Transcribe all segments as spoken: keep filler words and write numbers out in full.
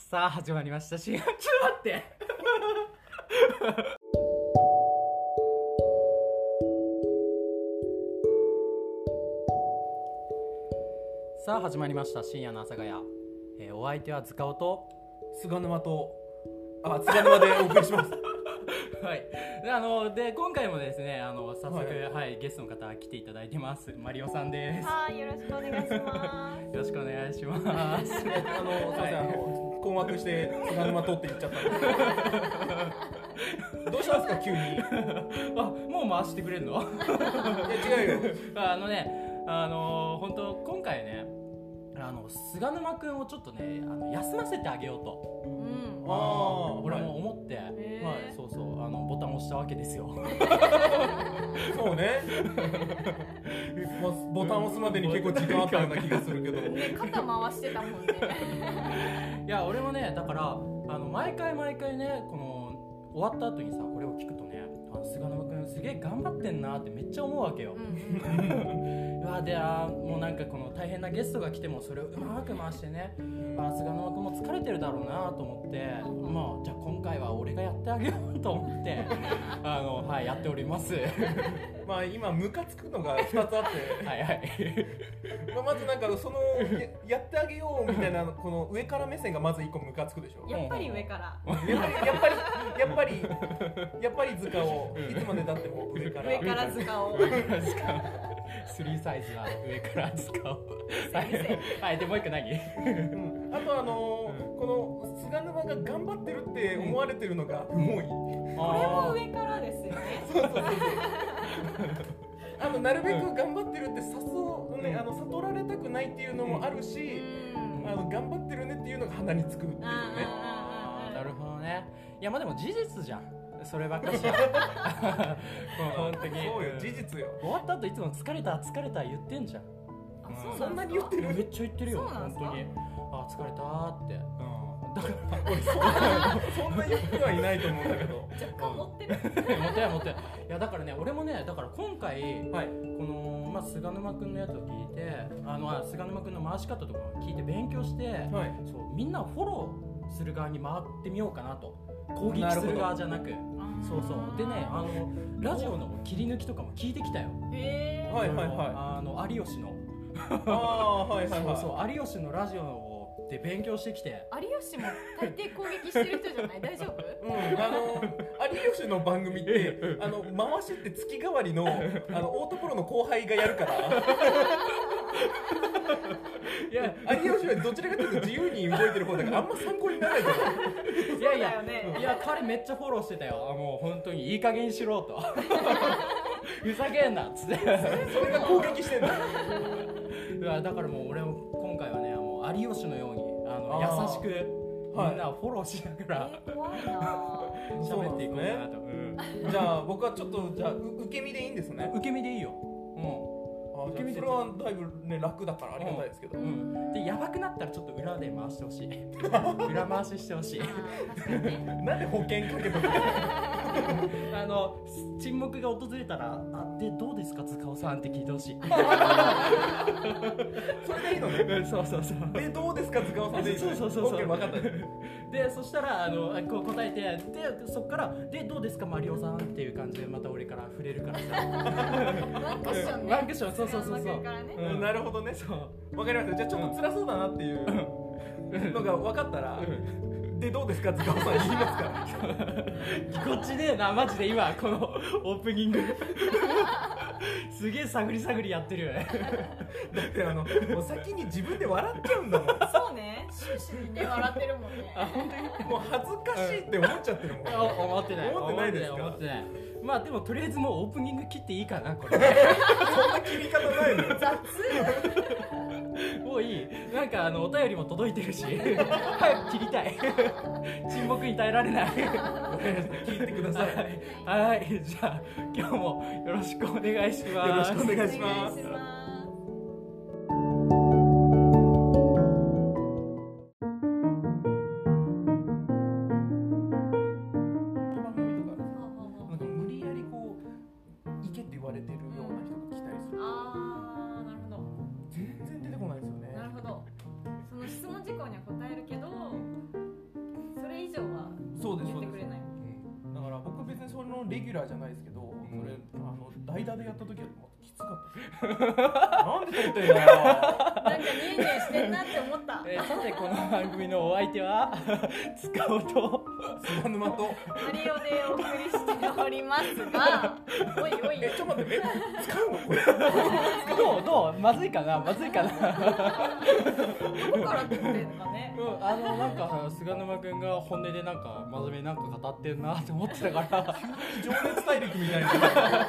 さあ始まりましたしちょっと待ってさあ始まりました深夜の阿佐ヶ谷、えー、お相手は塚尾と菅沼とあ菅沼でお送りしますはいであので今回もですねあの早速、 はいはい、ゲストの方来ていただいてます。マリオさんです。 はい、よろしくお願いしますよろしくお願いしますあのすいません、あの困惑して菅沼とって言っちゃったんでどうしたんですか急に。いやあ、もう回してくれるの違うよあのねあの本当今回ねあの菅沼くんをちょっとねあの休ませてあげようと、 うんああ俺も思って、はい、そうそうあのボタンを押したわけですよそうねまボタンを押すまでに結構時間あったような気がするけどね、肩回してたもんねいや俺もねだからあの毎回毎回ねこの終わった後にさこれを聞くとねあの菅沼くんすげえ頑張ってんなってめっちゃ思うわけよ、うんうわであもうなんかこの大変なゲストが来てもそれをうまく回してね、あ菅沼くんも疲れてるだろうなと思って、うん、まあじゃあ今回は俺がやってあげようと思ってあの、はい、やっておりますまあ今ムカつくのがふたつあってはいはいまあまずなんかその や, やってあげようみたいなこの上から目線がまずいっこムカつくでしょ。 やっぱり上からやっぱりやっぱりやっぱりやっぱり塚をいつまでだっても上から上から塚を上から塚をスリーサイズは上から塚をはいはいでもう一個何、 うん、あとあのーうん、この菅沼が頑張ってるって思われてるのが不本意、 これも上からですよねそうそうそうそうあのなるべく頑張ってるって誘、ね、あの悟られたくないっていうのもあるし、うん、あの頑張ってるねっていうのが鼻につくっていうね。 なるほどね。いやまあでも事実じゃんそればっかしは本当にそうよ事実よ。 終わった後いつも疲れた疲れた言ってんじゃん。 あ、うん、 そんなに言ってる。 めっちゃ言ってるよ本当に。あ疲れたーって、うん、だから俺そんなそんな言ってはいないと思うんだけど若干持ってる持ってない持ってない。いやだからね俺もねだから今回、 はい、 この、まあ、菅沼くんのやつを聞いてあの菅沼くんの回し方とかを聞いて勉強して、はい、そうみんなをフォローする側に回ってみようかなと。攻撃する側じゃなくそうそうでねあのラジオの切り抜きとかも聞いてきたよ。 へーはいはいはいあの有吉のあはいはいはいそうそう有吉のラジオをで勉強してきて有吉も大抵攻撃してる人じゃない大丈夫？ うんあの有吉の番組ってあの回しって月替わりのあのオートプロの後輩がやるからいや有吉はどちらかというと自由に動いてる方だからあんま参考にならないと思う。 いやいや、ね、いや彼めっちゃフォローしてたよ。もう本当にいい加減しろとふざけんなっつってそれが攻撃してんだいやだからもう俺も今回はねもう有吉のようにあのあ優しくみんなをフォローしながら、 えー、怖いな喋っていこうかなと、 うん、じゃあ僕はちょっとじゃあ受け身でいいんですね。 受け身でいいよ。うん受け身それはだいぶね楽だからありがたいですけど、 うんうん、でやばくなったらちょっと裏で回してほしい裏回ししてほしいなんで保険かけとくあの沈黙が訪れたらあでどうですか塚尾さんって聞いてほしいそれでいいのねそうそうそうでどうですか塚尾さんでいいのねそうそうそうそう OK 分かったでそしたらあのこう答えてでそっからでどうですかマリオさんっていう感じでまた俺から触れるからさワンクッションねワンクッションそうそうそうそう、 ねうん、なるほどねそう分かりました。じゃあちょっと辛そうだなっていうのが分かったら、うんでどうですか塚尾さん言いますからこっちねえなマジで今このオープニングすげえ探り探りやってるだってあのもう先に自分で笑っちゃうんだもんそうねシュッシュね笑ってるもんねあ本当にもう恥ずかしいって思っちゃってるもん思ってない思ってないですか思ってないまあでもとりあえずもうオープニング切っていいかなこれそんな切り方ないのよ雑もういいなんかあのお便りも届いてるし早く切りたい沈黙に耐えられない聞いてくださいはい、はい、じゃあ今日もよろしくお願いします。 よろしくお願いします。 のレギュラーじゃないですけど、それあの代打でやった時はもうきつかったですなんで撮ってんだよなんかニューニューしてんなって思った。 えー、さてこの番組のお相手は塚尾と菅沼とマリオでお送りしておりますが、おいおい。 えちょっと待って、え使うのこれどうどうまずいかなまずいかなどこから撮ってんのかね。 うん、あのなんか菅沼くんが本音でなんか真面目になんか語ってんなって思ってたから情熱大陸みたいな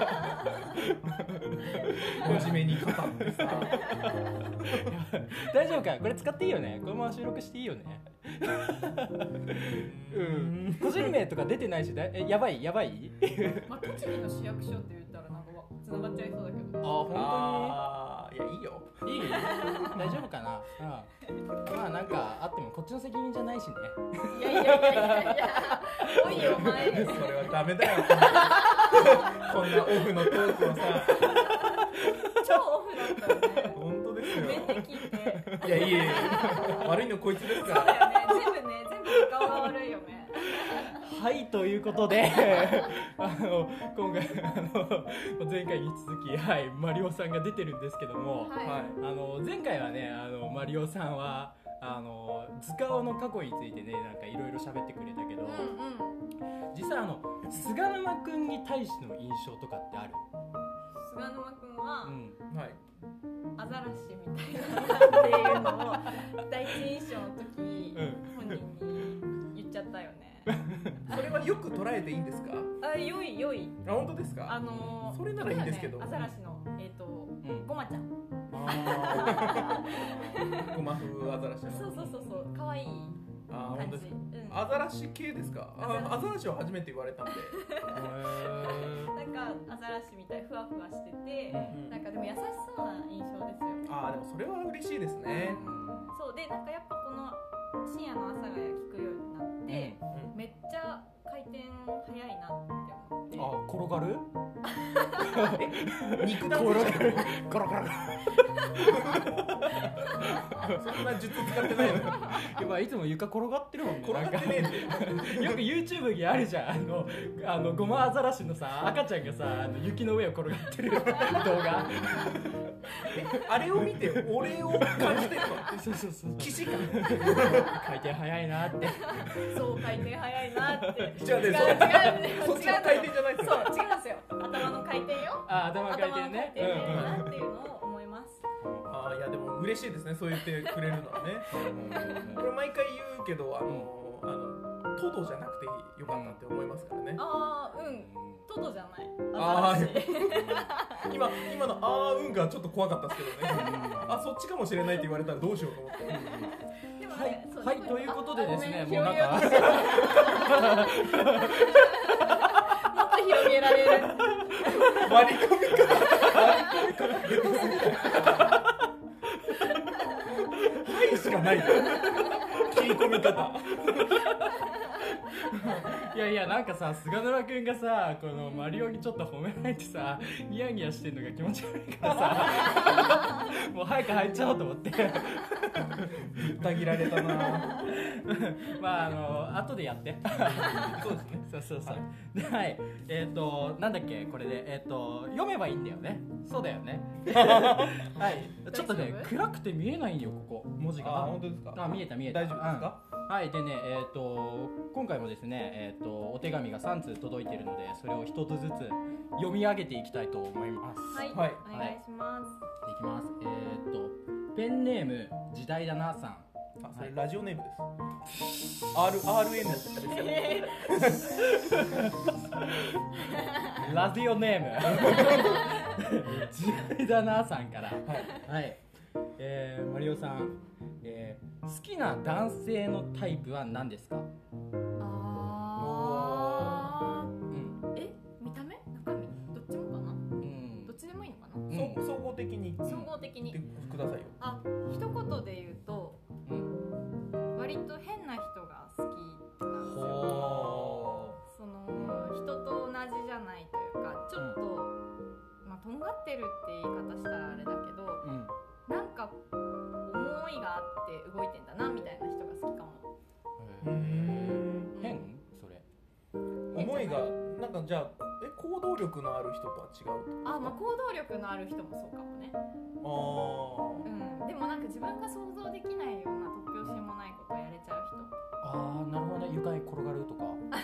真面目に語ってさ大丈夫かこれ使っていいよねこのまま収録していいよねうん個人名とか出てないしだえやばいやばいまあ栃木の市役所って言ったらなんか繋がっちゃいそうだけど。 あ本あーいやいいよ当にいい大丈夫かな、うん、まあなんかあってもこっちの責任じゃないしねいやいやいやいやいや。おいよお前。 それはダメだよこんなオフのトークをさ超オフだったよね。 本当ですよごめんね聞いて。 いやいやいや悪いのこいつですかそうだらよね。全部ね全部顔が悪いよね。 はいということであの今回あの前回に続き、はい、マリオさんが出てるんですけども、 はい。 はいあの前回はねあのマリオさんはあの塚尾の過去についてねなんかいろいろ喋ってくれたけど、 うんうん。 実際あの菅沼くんに対しての印象とかってある？ 菅沼くんはうんはいアザラシみたいなっていうのを第一印象の時本人に言っちゃったよね。 それはよく捉えていいんですか？ あ、よいよい。 あ、本当ですか？ あのー、 それならいいんですけどアザラシのえっとうんごまちゃん。 あーゴマ風アザラシのそうそうそうそう可愛いあー、本感じ。 当ですか？ うん。 アザラシ系ですか？あ、アザラシは初めて言われたんでなんかアザラシみたいふわふわしてて、 うんなんかでも優しそうな印象ですよ。 あー、でもそれは嬉しいですね。 そうでなんかやっぱこの深夜の阿佐ヶ谷聞くようになって、めっちゃ回転早いなって思って。 あ転がる？ 肉弾転がる戦車のゴロゴロゴロそんな術使ってないのよ。 やっぱいつも床転がってるもんね。 転がってねえって。 よく YouTube にあるじゃんあのあのゴマアザラシのさ赤ちゃんがさあの雪の上を転がってる動画あれを見て俺を感じてるの。 そうそうそう騎士感。 回転早いなってそう回転早いなって。 違うね、 違う違うそっちの回転じゃないですよ。 そう違うんですよ。頭の回転よ。 あ頭回頭の回転ね転早いなっていうのを思います。 あー、いやでも嬉しいですね、そう言ってくれるのはね。これ毎回言うけど、あのあのトドじゃなくてよかったって思いますからね。 ああうんトドじゃないあーアザラシ。 今今のあーうんがちょっと怖かったですけどね。あ、そっちかもしれないって言われたらどうしようと思って。 でもはいねそうはいということでですねあもうなんかもっと広げられる。 割り込み方割り込み方下手すぎない。はいしかないよ。切り込み方。 いやいやなんかさ菅沼くんがさこのマリオにちょっと褒められてさニヤニヤしてんのが気持ち悪いからさもう早く入っちゃおうと思ってぶった切られたな。 まああの後でやってそうですね。 そうそうそうではいえっ、ー、となんだっけこれでえっ、ー、と読めばいいんだよねそうだよねはいちょっとね大丈夫暗くて見えないんよここ文字があ、本当ですか？ あ見えた見えた大丈夫ですか？ うんはいでねえっ、ー、と今回もですねえっ、ー、とお手紙がさん通届いているのでそれを一つずつ読み上げていきたいと思いますはい、 はいお願いします。 いきますえっ、ー、とペンネーム時代だなさんあ、それラジオネームです。R R N ですよ。 ラジオネーム時代だなさんからはい、はいえー、マリオさん、えー、好きな男性のタイプは何ですか？ あーうんえ見た目中身どっちもかな。 うんどっちでもいいのかな。 うん総総合的に言総合的にってくださいよ。 あ一言で言うとうん割と変な人が好きなんですよ。 ほその人と同じじゃないというかちょっと、まあとんがってるって言い方したらあれだけどーうんなんか思いがあって動いてんだなみたいな人が好きかも。 うーん変それ思いがなんかだじゃあえ行動力のある人とは違うってこと？ あ、まあ行動力のある人もそうかもね。 あうん、でもなんか自分が想像できないような突拍子もないことをやれちゃう人。 ああ、なるほどね。床に転がるとか。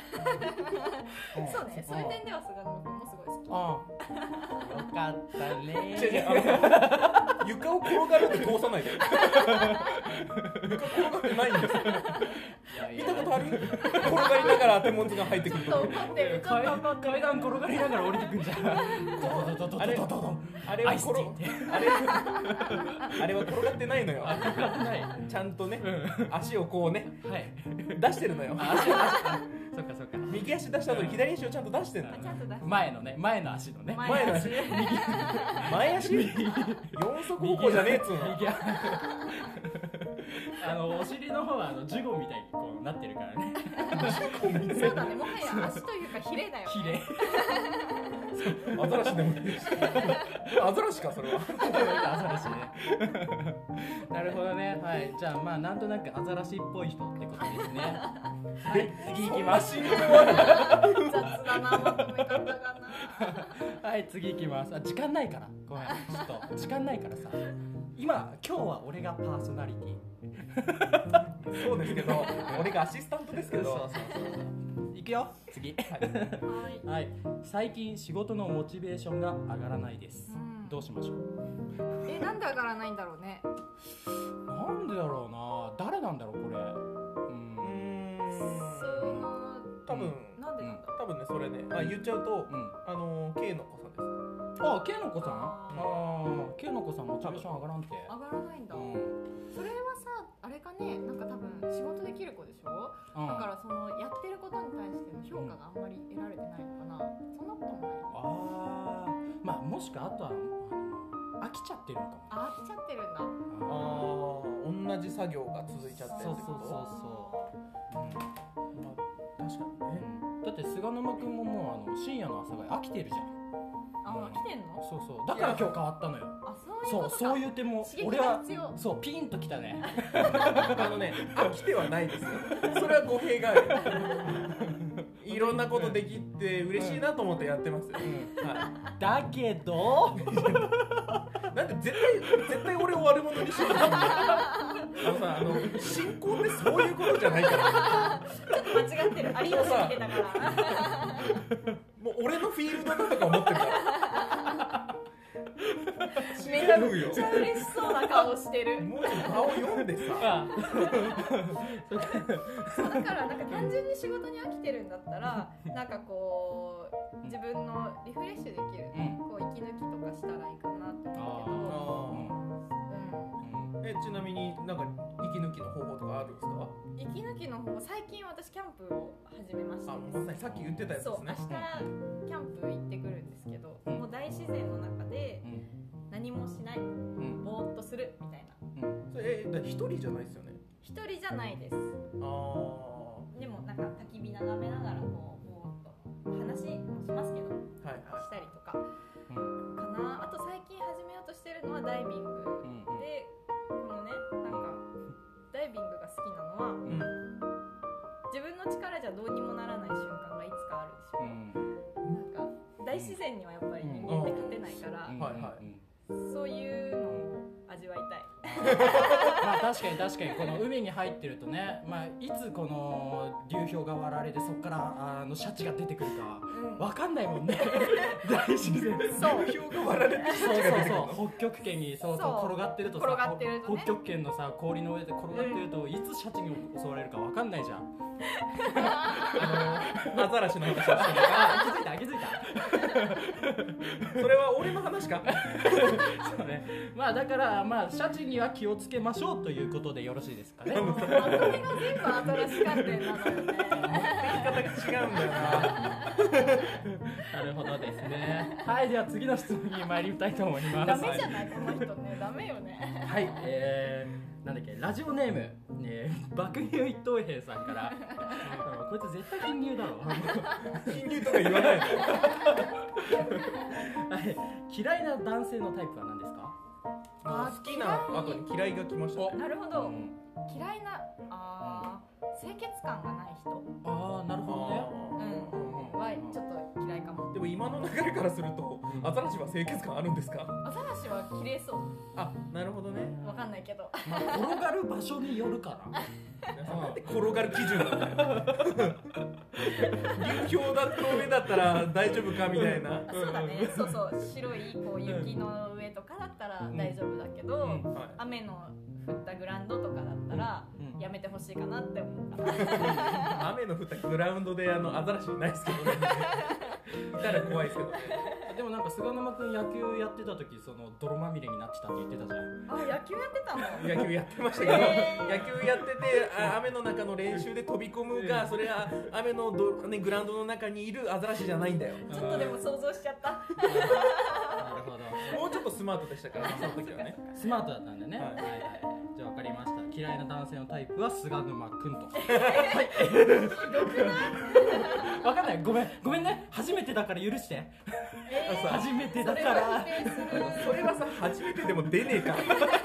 そうね、そういう点では菅野君もすごい好き。 ああ、よかったね。 違う違う、あの床を転がるって通さないで。床転がってないんですよ。見たことある？転がりながらテモンズが入ってくると。 ちょっと怒ってる、ちょっと怒ってる。 階段転がりながら降りてくんじゃん。 あれあれは転あれあれは転がってないのよ。 転がってない。 ちゃんとね、足をこうね、 はい。 出してるのよ。 足をそっかそっか。 右足出した後に左足をちゃんと出してるの。 ちゃんと出して。 前のね、前の足のね。 前の足。前足？四足歩行じゃねえっつうの。 右あのお尻の方はあのジュゴみたいにこうなってるからね。 そうだね、もはや足というかヒレだよね。 ヒレ。 アザラシでもいいし。アザラシかそれは。 アザラシね。なるほどね。はい。じゃあまあなんとなくアザラシっぽい人ってことですね。はい。次行きます。 雑だな、まとめ方がな。 はい、次行きます。あ、時間ないから。ごめん。ちょっと時間ないからさ。今今日は俺がパーソナリティ。 そうですけど、俺がアシスタントですけど。 そうそうそう。いくよ。次。はい。はい。最近仕事のモチベーションが上がらないです。うん、どうしましょう。 え、なんで上がらないんだろうね。 なんでだろうな。誰なんだろうこれ。うん。 その多分なんでなんだ。 多分ねそれね。あ言っちゃうと、あの K の子さんです。 あ、K の子さん。ああ、K の子さんモチベーション上がらんて。 上がらないんだ。それはさ、あれかね、なんか多分仕事できる子でしょ。だからそのやってることに対しての評価があんまり得られてないのかな。そんなこともない。 ああ、まあもしくはあとは飽きちゃってるのかも。 あ、飽きちゃってるんだ。ああ、同じ作業が続いちゃってるってこと。 そうそうそうそう。 まあ確かにね。 だって菅沼くんももうあの深夜の朝が飽きてるじゃん。 あ、来てんの？ そうそう。だから今日変わったのよ。 あ、そういうことか。 そう、そういう点も俺はそうピンときたね。 あのね、飽きてはないですよ。それは語弊がある。いろんなことできて嬉しいなと思ってやってますよ。 うんはい、だけどなんで絶対絶対俺を悪者にしようと思う。あのさ、あの進行ってそういうことじゃないから。 ちょっと間違ってる。有吉見てたから。 もう俺のフィールドだとか思ってるから。 めっちゃ嬉しそうな顔してる。 もうちょっと顔読んでさ。 そうだからなんか単純に仕事に飽きてるんだったら、なんかこう自分のリフレッシュできる、こう息抜きとかしたらいいかなって思うけど。 え、ちなみになんか息抜きの方法とかあるんですか？ 息抜きの方、最近私キャンプを始めました。 あ、まさにさっき言ってたやつですね。 そう、明日キャンプ行ってくるんですけど、もう大自然の中で何もしない、ぼーっとするみたいな。 それえ、だ一人じゃないですよね。 一人じゃないです。 ああ。 でもなんか焚き火眺めながらこうぼーっと話もしますけど、はいはい、したりとか、うん、かな。あと最近始めようとしてるのはダイビング、うん、でこのね、なんかダイビングが好きなのは、うん、自分の力じゃどうにもならない瞬間がいつかあるでしょ、うん、なんか大自然にはやっぱり人間って勝てないから、うんはいはい、そういうのを味わいたい。 まあ確かに確かにこの海に入ってるとね、まあ、いつこの流氷が割られてそこからあのシャチが出てくるかわかんないもんね。大自然そう流氷が割られてシャチが出てくる。 そうそうそう、北極圏にそうそう転がってるとさ、 転がってるとね、 北極圏のさ氷の上で転がってると、うん、いつシャチに襲われるかわかんないじゃん。 あのアザラシの話をしてる。 あ、気づいた気づいた。それは俺の話か。 そうね。まあだからまあシャチには気をつけましょうということでよろしいですかね。 まとめが全部アザラシ関連なのよね。 言い方が違うんだよな。 なるほどですね。はい、では次の質問に参りたいと思います。 ダメじゃないこの人ね、ダメよね。 はい、えー、なんだっけ、ラジオネーム、えー、爆乳一等兵さんから。こいつ絶対貧乳だろ。 貧乳とか言わないの。 はい、嫌いな男性のタイプは何ですか？ あ、好きな後に嫌いが来ましたね。 なるほど。 うん、 嫌いなあ清潔感がない人ああなるほどねうんはちょっと嫌いかも。 でも今の流れからするとアザラシは清潔感あるんですか？ アザラシは綺麗そう。 あなるほどね。 わかんないけど、 まあ、転がる場所によるからなんで転がる基準なんだよ流氷だの上だったら大丈夫かみたいな。 そうだねそうそう白いこう雪の上とかだったら大丈夫だけど、 うんうんはい、 雨の降ったグラウンドとかだったらやめてほしいかなって思うかな雨の降ったグラウンドであのアザラシいないですけどねいたら怖いですけどね。 でもなんか菅沼君野球やってた時その泥まみれになってたって言ってたじゃん。 あ野球やってたの野球やってましたけど、 えー、 野球やっててあ雨の中の練習で飛び込むがそれは雨のど、ね、グラウンドの中にいるアザラシじゃないんだよ。 ちょっとでも想像しちゃったなるほど。 もうちょっとスマートでしたからその時はね。 スマートだったんでね、 はいはいはい、じゃあ分かりました。嫌いな男性のタイプは菅沼くんとはい分かんない、ごめんごめんね、初めてだから許して、 えー、 初めてだからそれはさ初めてでも出ねえから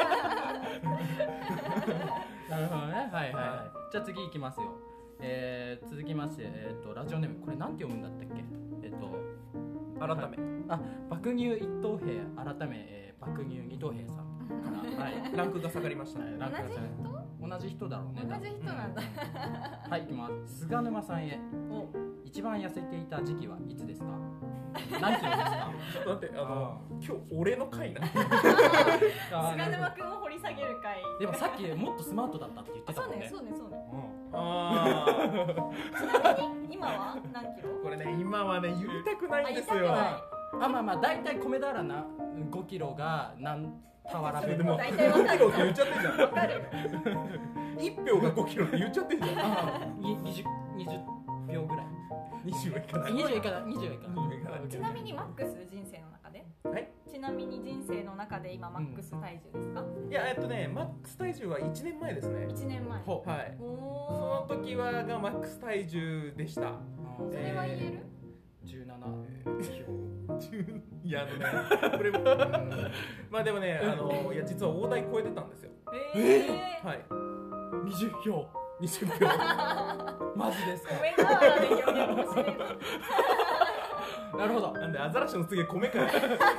なるほどね、はいはいはい。じゃあ次いきますよ。えー、続きまして、えー、とラジオネームこれなんて読むんだったっけ。えっ、ー、と改めあ爆乳一等兵改め、えー、爆乳二等兵さんから、はい、 ランクが下がりました、ね、 ランクが下がり同じ人だろうね。 同じ人なんだ、 うん、はい、いきます。菅沼さんへ。一番痩せていた時期はいつですか？何キロですか？ ちょっと待って、あの今日俺の回な菅沼くんを掘り下げる回。 でもさっきもっとスマートだったって言ってたもんね。 そうねそうねそうね、 うん、 あちなみに今は何キロ？ これね今はね言いたくないんですよ。 あまあまあだいたい米俵なごキロが何俵分。 でも大体わかるごキロって言っちゃってんじゃん。 わかるいち票がごキロって言っちゃってんじゃん。 あににじゅうびょうぐらい。 にじゅうはいかない。 にじゅういかない。にじゅういかない。 ちなみにマックス人生の中で、 はい、 ちなみに人生の中で今マックス体重ですか？ いやえっとねマックス体重はいちねんまえですね。 いちねんまえ。 ほはい。 おその時はがマックス体重でした。 それは言える？ じゅうなないやあのねこれもまあでもねあのいや実は大台超えてたんですよ。 えー、 はい。 にじゅうひょう。 にじゅう票。 マジですか？ 米俵で表現面白いな。 なるほど。 なんでアザラシの次は米から。はい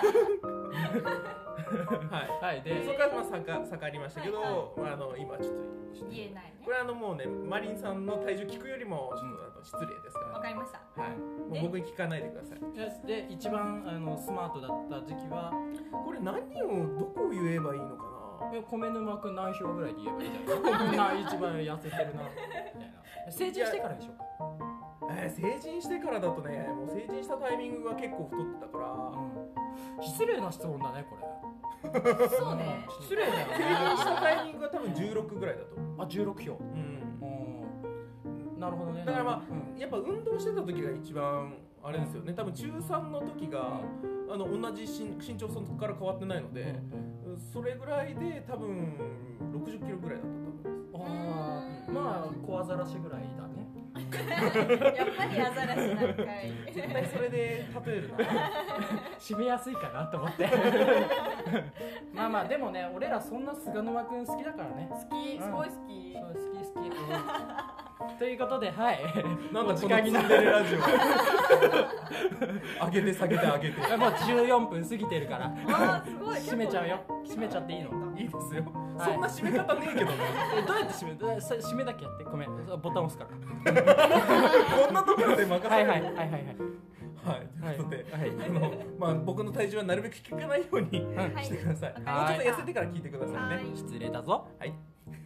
はいでそこからまあ下が下がりましたけど、 はいはい、あの今ちょっと言えないね。 これあのもうねマリンさんの体重聞くよりもちょっとあの失礼ですから。 わかりました。 はい。もう僕に聞かないでください。 で一番あのスマートだった時期はこれ何をどこを言えばいいのかな。 え米沼くん何票ぐらいで言えばいいじゃないな一番痩せてるなみたいな。成人してからでしょうか？ えー、成人してからだとねもう成人したタイミングが結構太ってたから、 うん、失礼な質問だねこれ。 そうね。 失礼だよね。 成人したタイミングが多分じゅうろくぐらいだと思う。 あじゅうろくひょう。 うん。 なるほどね。 だからまあ、 うん、 やっぱ運動してた時が一番あれですよね。多分中さんの時が、うん、あの同じ身身長そこから変わってないので、うんうん、それぐらいで多分ろくじゅっキロぐらいだったと思います。 ああ、まあ小アザラシぐらいだね。 やっぱりアザラシなんかい。 絶対それで例えるな。 締めやすいかなと思ってまあまあでもね俺らそんな菅沼くん好きだからね。 好き、すごい好き。 そう好き好き、うん、ということではいなんだこのツンデレラジオ上げて下げて上げてもうじゅうよんぷん過ぎてるからあすごい締めちゃうよ。締めちゃっていいの？ いいですよ、 はい、 そんな締め方ねえけどねえどうやって締める？締めだけやってごめんボタン押すからこんなところで任せはいるはいはいはいはいはい、ということで、 はい、 あのまあ、僕の体重はなるべく聞かないように、 はい、 してください。 はい、 もうちょっと痩せてから聞いてくださいね。 はい、 失礼だぞ。 はい。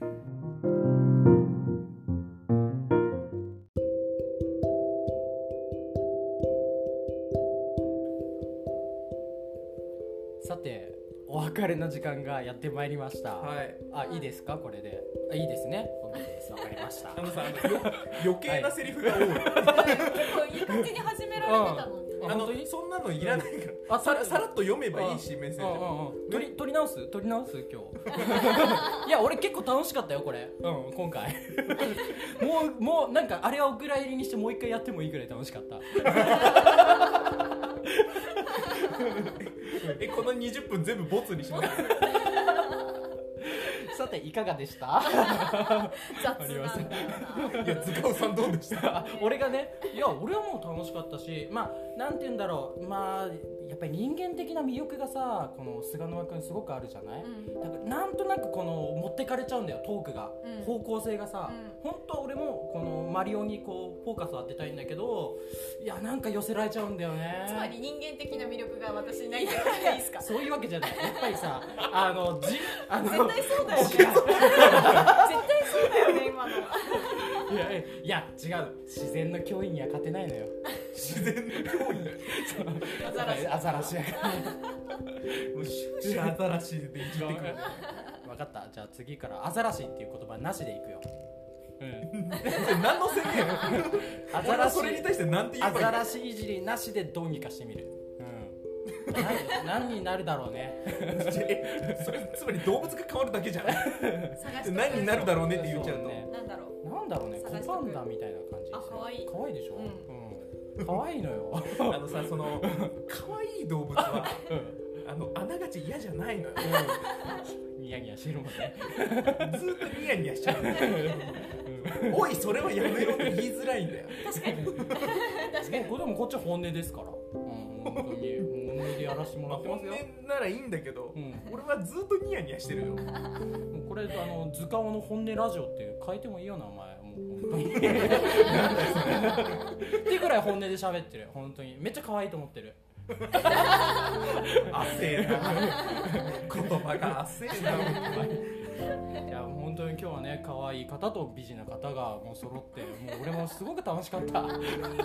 さてお別れの時間がやってまいりました。 はい。 あいいですかこれで？あいいですね。OKです。わかりました。 あのさあのよ余計なセリフが多い。 結構いい感じに始められてたのに。 あのそんなのいらないから。あさらさらっと読めばいいしメッセージでも。 取り取り直す取り直す今日。いや俺結構楽しかったよこれ。うん今回。もうもうなんかあれはお蔵入りにしてもう一回やってもいいぐらい楽しかった。 えこのにじゅっぷん全部ボツにします。 さていかがでした？ 雑なんだよな。 いや塚尾さんどうでした？ 俺がね、いや俺はもう楽しかったし、まあなんて言うんだろう、まあやっぱり人間的な魅力がさ、この菅沼くんすごくあるじゃない、うん、だからなんとなくこの持ってかれちゃうんだよ、トークが、うん、方向性がさ、うん、本当は俺もこのマリオにこうフォーカスを当てたいんだけど、いやなんか寄せられちゃうんだよね。 つまり人間的な魅力が私にないってことでいいですか？ そういうわけじゃない。やっぱりさ、あのじあの絶対そうだよね。絶対そうだよね今の。 いやいや違う、自然の脅威には勝てないのよ。 自然の脅威。 アザラシ。アザラシ。もう終始アザラシで生きてくる。 分かった。じゃあ次からアザラシっていう言葉なしでいくよ。うん、 何の宣言？アザラシ、それに対して何て言えばいい？ アザラシいじりなしでどうにかしてみる。うん、何, 何になるだろうね。 それつまり動物が変わるだけじゃん。何になるだろうねって言っちゃうと、 ね、なんだろう。 なんだろうね。コパンダみたいな感じ。 あ、可愛い。 可愛いでしょ。うん。可愛いのよ。 あのさ、その可愛い動物は、うん、あのあながち嫌じゃないのよ。 ニヤニヤしてるもんね。 ずっとニヤニヤしちゃう。おいそれはやめろって言いづらいんだよ。 確かに。確かに。 これでもこっちは本音ですから。うん、本当に本音でやらせてもらってますよ。 本音ならいいんだけど、うん、俺はずっとニヤニヤしてるよ。 これあの図鑑の本音ラジオって書いてもいいよ名前。もう本当に。っていうくらい本音で喋ってる。本当にめっちゃ可愛いと思ってる。 あせえな。言葉があせえな。 いや本当に今日はね可愛い方と美人な方がもう揃って、もう俺もすごく楽しかった。あ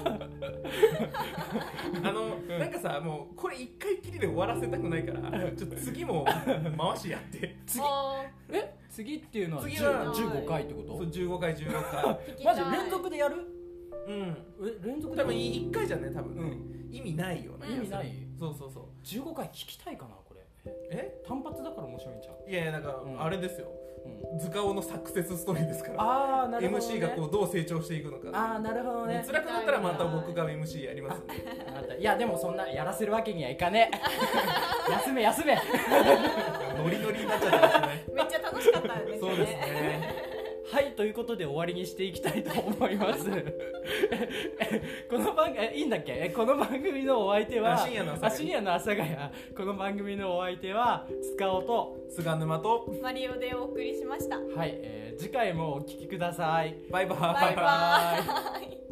のなんかさ、もうこれ一回きりで終わらせたくないから、ちょっと次も回しやって。 次え次っていうのは次はじゅうごかいってこと？ そうじゅうごかいじゅうろっかい。 マジ連続でやる？ うん。 え連続で多分いっかいじゃね多分ね、うん、意味ないよね。 意味ない。 そうそうそう。 じゅうごかい聞きたいかなこれ。 え？ 単発だから面白いんじゃん。 いやいやなんか、うん、あれですよ。うん、図鑑のサクセスストーリーですから。 ああなるほど、ね。 エムシー がこうどう成長していくのか。 ああなるほどね。 辛くなったらまた僕が エムシー やりますんで。 いやでもそんなやらせるわけにはいかねえ。休め休め。 ノリノリになっちゃったですね。 めっちゃ楽しかったよね。 そうですね。 はいということで終わりにしていきたいと思います。この番組いいんだっけ？この番組のお相手は深夜の阿佐ヶ谷。 深夜の阿佐ヶ谷。この番組のお相手は塚尾と菅沼とマリオでお送りしました。 はい、えー、次回もお聞きください。 バイバイ。 バイバイ。